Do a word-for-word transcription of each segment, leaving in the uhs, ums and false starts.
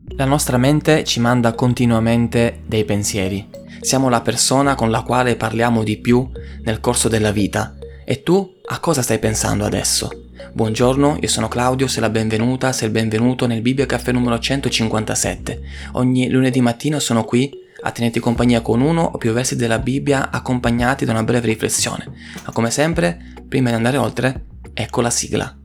La nostra mente ci manda continuamente dei pensieri. Siamo la persona con la quale parliamo di più nel corso della vita. E tu a cosa stai pensando adesso? Buongiorno, io sono Claudio, sei la benvenuta, sei il benvenuto nel Bibbia Caffè numero centocinquantasette. Ogni lunedì mattina sono qui a tenerti compagnia con uno o più versi della Bibbia accompagnati da una breve riflessione. Ma come sempre, prima di andare oltre, ecco la sigla.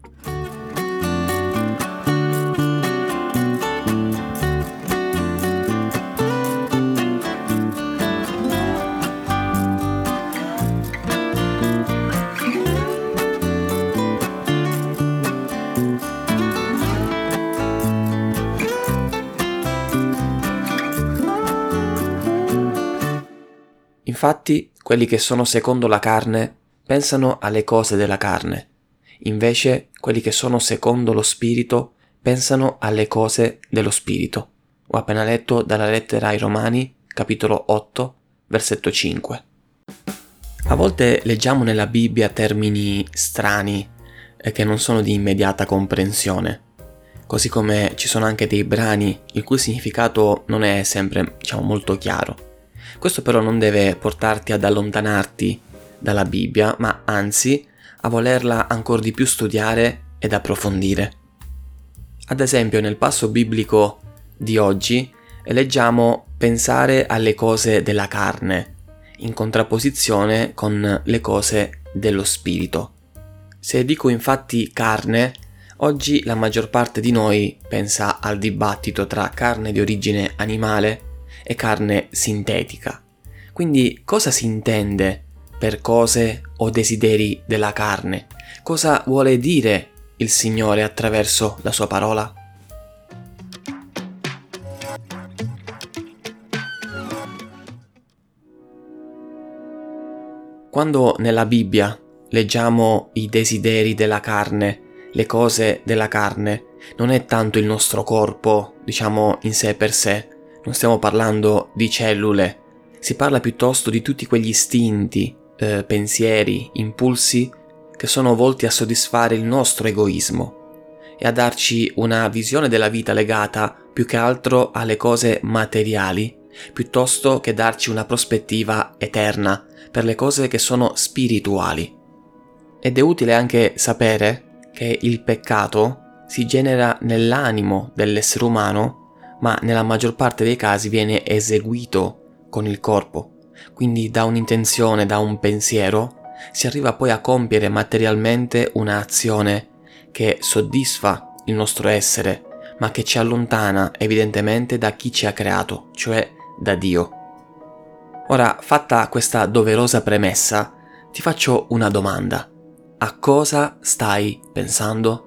Infatti, quelli che sono secondo la carne pensano alle cose della carne, invece quelli che sono secondo lo spirito pensano alle cose dello spirito. Ho appena letto dalla lettera ai Romani, capitolo otto, versetto cinque. A volte leggiamo nella Bibbia termini strani e che non sono di immediata comprensione, così come ci sono anche dei brani il cui significato non è sempre, diciamo, molto chiaro. Questo però non deve portarti ad allontanarti dalla Bibbia, ma anzi a volerla ancora di più studiare ed approfondire. Ad esempio, nel passo biblico di oggi leggiamo pensare alle cose della carne, in contrapposizione con le cose dello spirito. Se dico infatti carne, oggi la maggior parte di noi pensa al dibattito tra carne di origine animale e carne sintetica. Quindi cosa si intende per cose o desideri della carne? Cosa vuole dire il Signore attraverso la sua parola? Quando nella Bibbia leggiamo i desideri della carne, le cose della carne, non è tanto il nostro corpo, diciamo, in sé per sé. Non stiamo parlando di cellule, si parla piuttosto di tutti quegli istinti, eh, pensieri, impulsi che sono volti a soddisfare il nostro egoismo e a darci una visione della vita legata più che altro alle cose materiali, piuttosto che darci una prospettiva eterna per le cose che sono spirituali. Ed è utile anche sapere che il peccato si genera nell'animo dell'essere umano, ma nella maggior parte dei casi viene eseguito con il corpo. Quindi da un'intenzione, da un pensiero, si arriva poi a compiere materialmente un'azione che soddisfa il nostro essere, ma che ci allontana evidentemente da chi ci ha creato, cioè da Dio. Ora, fatta questa doverosa premessa, ti faccio una domanda. A cosa stai pensando?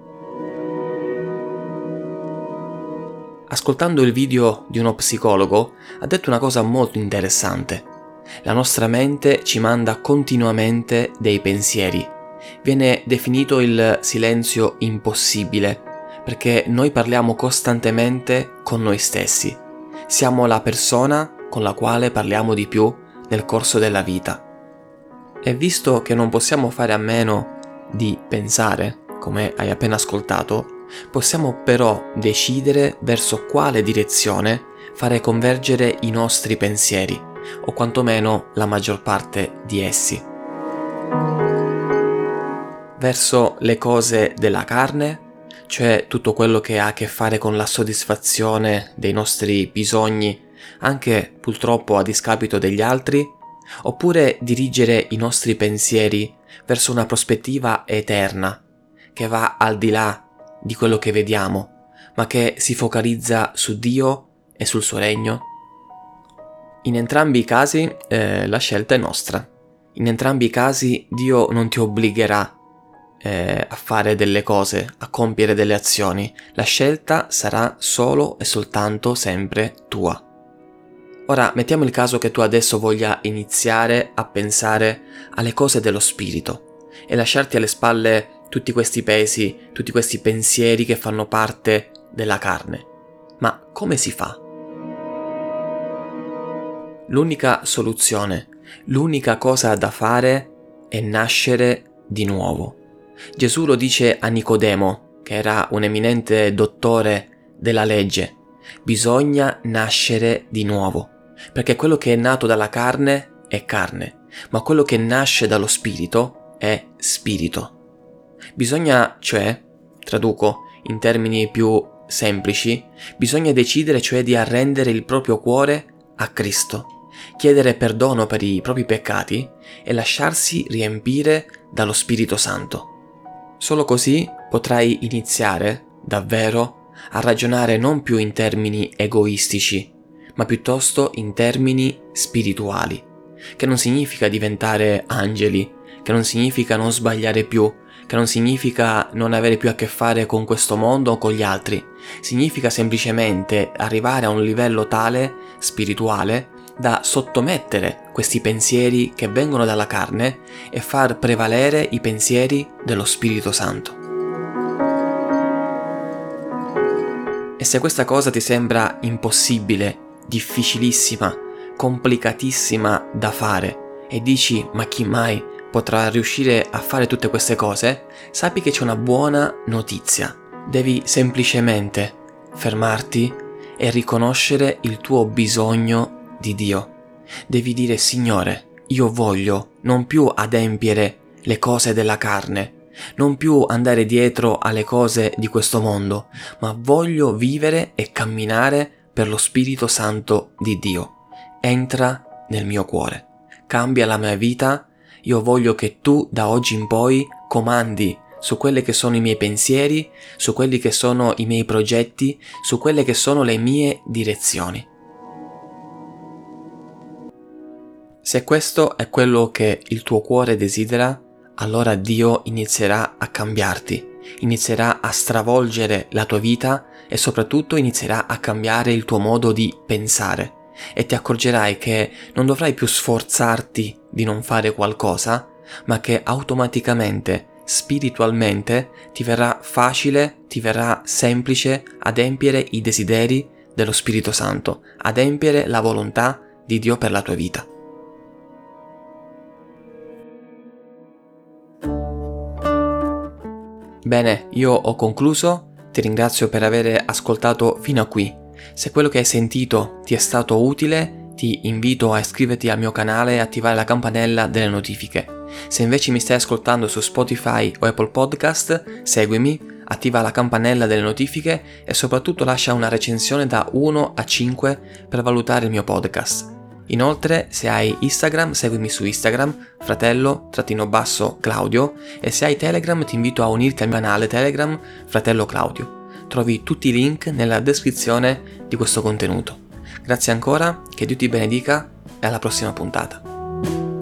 Ascoltando il video di uno psicologo, ha detto una cosa molto interessante. La nostra mente ci manda continuamente dei pensieri. Viene definito il silenzio impossibile, perché noi parliamo costantemente con noi stessi. Siamo la persona con la quale parliamo di più nel corso della vita. E visto che non possiamo fare a meno di pensare, come hai appena ascoltato, possiamo però decidere verso quale direzione fare convergere i nostri pensieri, o quantomeno la maggior parte di essi. Verso le cose della carne, cioè tutto quello che ha a che fare con la soddisfazione dei nostri bisogni, anche purtroppo a discapito degli altri, oppure dirigere i nostri pensieri verso una prospettiva eterna, che va al di là di quello che vediamo, ma che si focalizza su Dio e sul suo regno? In entrambi i casi eh, la scelta è nostra. In entrambi i casi Dio non ti obbligherà eh, a fare delle cose, a compiere delle azioni. La scelta sarà solo e soltanto sempre tua. Ora, mettiamo il caso che tu adesso voglia iniziare a pensare alle cose dello spirito e lasciarti alle spalle tutti questi pesi, tutti questi pensieri che fanno parte della carne. Ma come si fa? L'unica soluzione, l'unica cosa da fare è nascere di nuovo. Gesù lo dice a Nicodemo, che era un eminente dottore della legge, Bisogna nascere di nuovo, perché quello che è nato dalla carne è carne, ma quello che nasce dallo spirito è spirito. Bisogna, cioè, traduco in termini più semplici, bisogna decidere cioè di arrendere il proprio cuore a Cristo, chiedere perdono per i propri peccati e lasciarsi riempire dallo Spirito Santo. Solo così potrai iniziare, davvero, a ragionare non più in termini egoistici, ma piuttosto in termini spirituali, che non significa diventare angeli, che non significa non sbagliare più, che non significa non avere più a che fare con questo mondo o con gli altri, significa semplicemente arrivare a un livello tale, spirituale, da sottomettere questi pensieri che vengono dalla carne e far prevalere i pensieri dello Spirito Santo. E se questa cosa ti sembra impossibile, difficilissima, complicatissima da fare e dici ma chi mai potrà riuscire a fare tutte queste cose, sappi che c'è una buona notizia. Devi semplicemente fermarti e riconoscere il tuo bisogno di Dio. Devi dire: Signore, io voglio non più adempiere le cose della carne, non più andare dietro alle cose di questo mondo, ma voglio vivere e camminare per lo Spirito Santo di Dio. Entra nel mio cuore, cambia la mia vita. Io voglio che tu da oggi in poi comandi su quelli che sono i miei pensieri, su quelli che sono i miei progetti, su quelle che sono le mie direzioni. Se questo è quello che il tuo cuore desidera, allora Dio inizierà a cambiarti, inizierà a stravolgere la tua vita e soprattutto inizierà a cambiare il tuo modo di pensare e ti accorgerai che non dovrai più sforzarti di non fare qualcosa, ma che automaticamente, spiritualmente, ti verrà facile, ti verrà semplice adempiere i desideri dello Spirito Santo, adempiere la volontà di Dio per la tua vita. Bene, io ho concluso, ti ringrazio per aver ascoltato fino a qui. Se quello che hai sentito ti è stato utile, ti invito a iscriverti al mio canale e attivare la campanella delle notifiche. Se invece mi stai ascoltando su Spotify o Apple Podcast, seguimi, attiva la campanella delle notifiche e soprattutto lascia una recensione da uno a cinque per valutare il mio podcast. Inoltre, se hai Instagram, seguimi su Instagram, fratello trattino basso Claudio, e se hai Telegram ti invito a unirti al mio canale Telegram, fratello Claudio. Trovi tutti i link nella descrizione di questo contenuto. Grazie ancora, che Dio ti benedica e alla prossima puntata.